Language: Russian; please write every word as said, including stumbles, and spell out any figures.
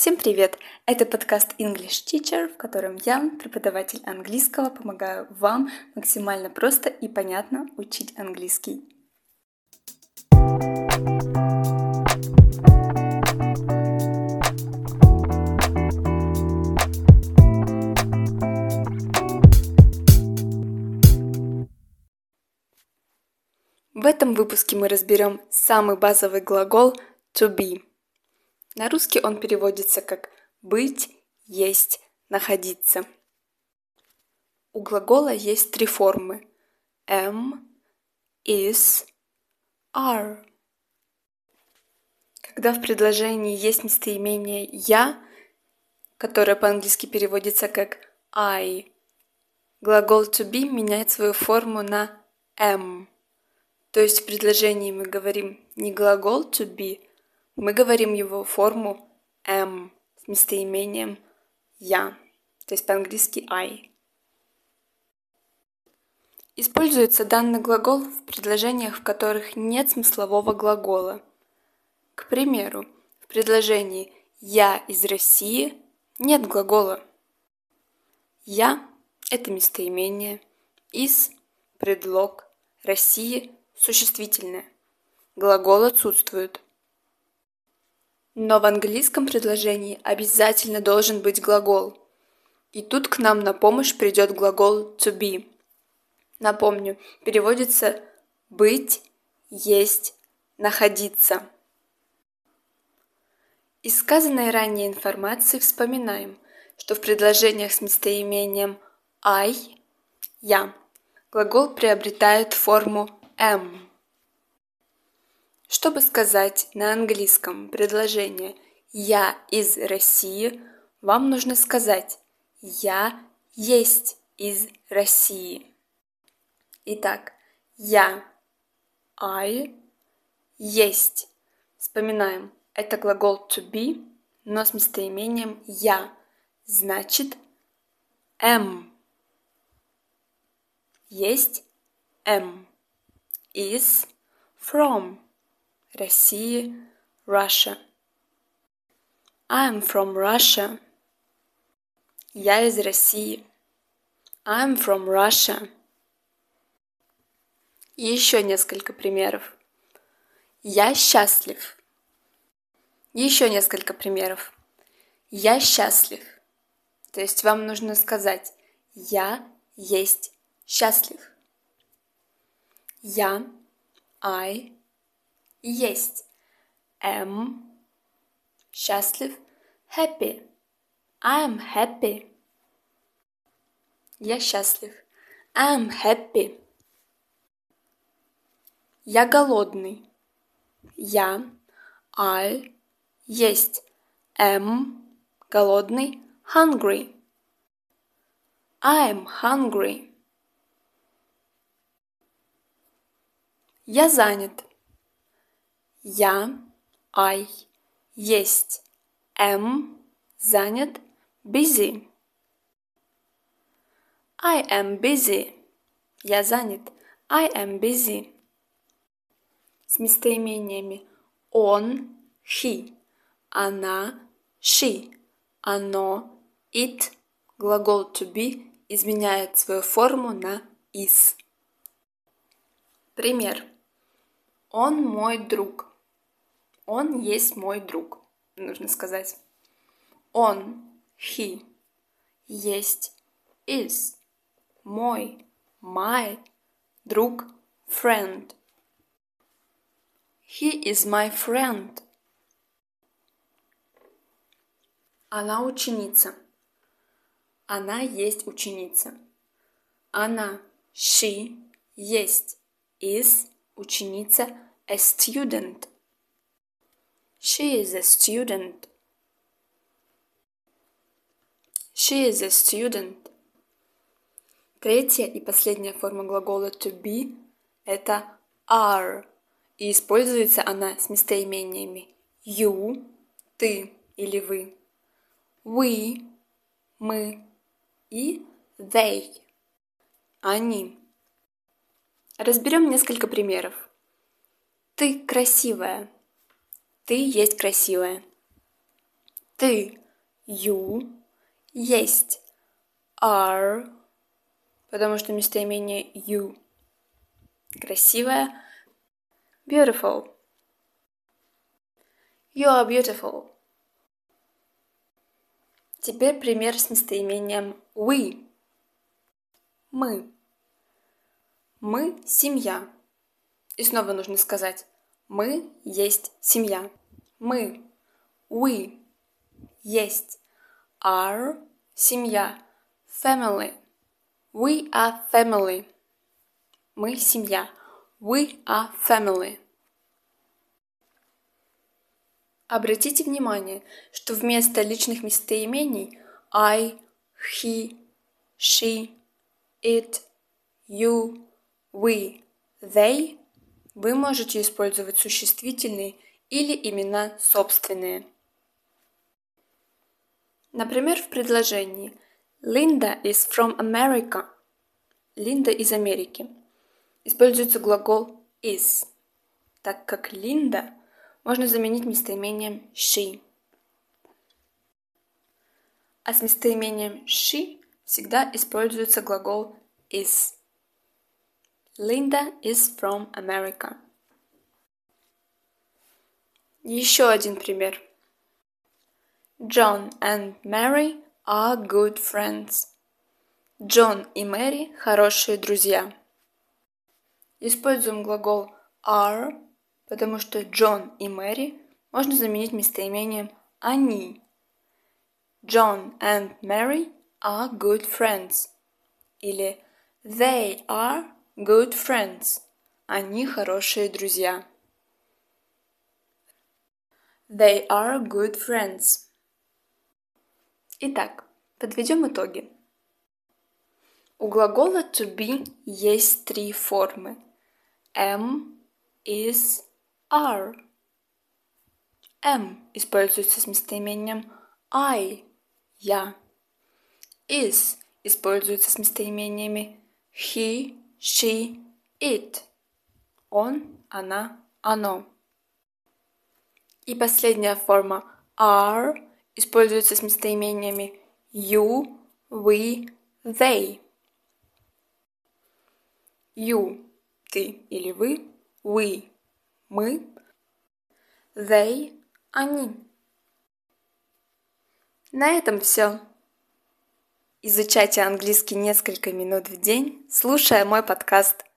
Всем привет! Это подкаст English Teacher, в котором я, преподаватель английского, помогаю вам максимально просто и понятно учить английский. В этом выпуске мы разберем самый базовый глагол to be. На русский он переводится как «быть», «есть», «находиться». У глагола есть три формы – am, is, are. Когда в предложении есть местоимение «я», которое по-английски переводится как I, глагол to be меняет свою форму на am. То есть в предложении мы говорим не глагол to be, мы говорим его форму am с местоимением «я», то есть по-английски I. Используется данный глагол в предложениях, в которых нет смыслового глагола. К примеру, в предложении «я из России» нет глагола. «Я» — это местоимение, «из» — предлог, «Россия» — существительное. Глагол отсутствует. Но в английском предложении обязательно должен быть глагол. И тут к нам на помощь придет глагол to be. Напомню, переводится «быть», «есть», «находиться». Из сказанной ранее информации вспоминаем, что в предложениях с местоимением I, я, глагол приобретает форму am. Чтобы сказать на английском предложение «я из России», вам нужно сказать «я есть из России». Итак, я, I, есть. Вспоминаем, это глагол to be, но с местоимением я. Значит, am. Есть, am. Is, from. Россия, Russia. I'm from Russia. Я из России. I'm from Russia. И еще несколько примеров. Я счастлив. Еще несколько примеров. Я счастлив. То есть вам нужно сказать «я есть счастлив». Я, I, есть. Am, счастлив, happy. I am happy. Я счастлив. I am happy. Я голодный. Я, I, есть. Am, голодный, hungry. I am hungry. Я занят. Я, I, есть. Am, занят, busy. I am busy. Я занят. I am busy. С местоимениями он, he, она, she, оно, it, глагол to be изменяет свою форму на is. Пример. Он мой друг. Он есть мой друг, нужно сказать. Он, he, есть, is, мой, my, друг, friend. He is my friend. Она ученица. Она есть ученица. Она, she, есть, is, ученица, a student. She is a student. She is a student. Третья и последняя форма глагола to be – это are, и используется она с местоимениями you, ты или вы, we, мы и they, они. Разберем несколько примеров. Ты красивая. Ты есть красивая. ты, you, есть, are, потому что местоимение you красивое, beautiful. You are beautiful. Теперь пример с местоимением we. Мы. Мы – семья. И снова нужно сказать мы есть семья. Мы. We. Есть. Are. Семья. Family. We are family. Мы семья. We are family. Обратите внимание, что вместо личных местоимений I, he, she, it, you, we, they вы можете использовать существительные или имена собственные. Например, в предложении Linda is from America. Линда из Америки. Используется глагол is, так как Линда можно заменить местоимением she. А с местоимением she всегда используется глагол is. Linda is from America. Еще один пример. John and Mary are good friends. Джон и Мэри хорошие друзья. Используем глагол are, потому что Джон и Мэри можно заменить местоимением они. John and Mary are good friends. Или they are good friends. Они хорошие друзья. They are good friends. Итак, подведем итоги. У глагола to be есть три формы. Am, is, are. Am используется с местоимением I, я. Is используется с местоимениями he, she, it. Он, она, оно. И последняя форма are используется с местоимениями you, we, they. You – ты или вы, we – мы, they – они. На этом все. Изучайте английский несколько минут в день, слушая мой подкаст.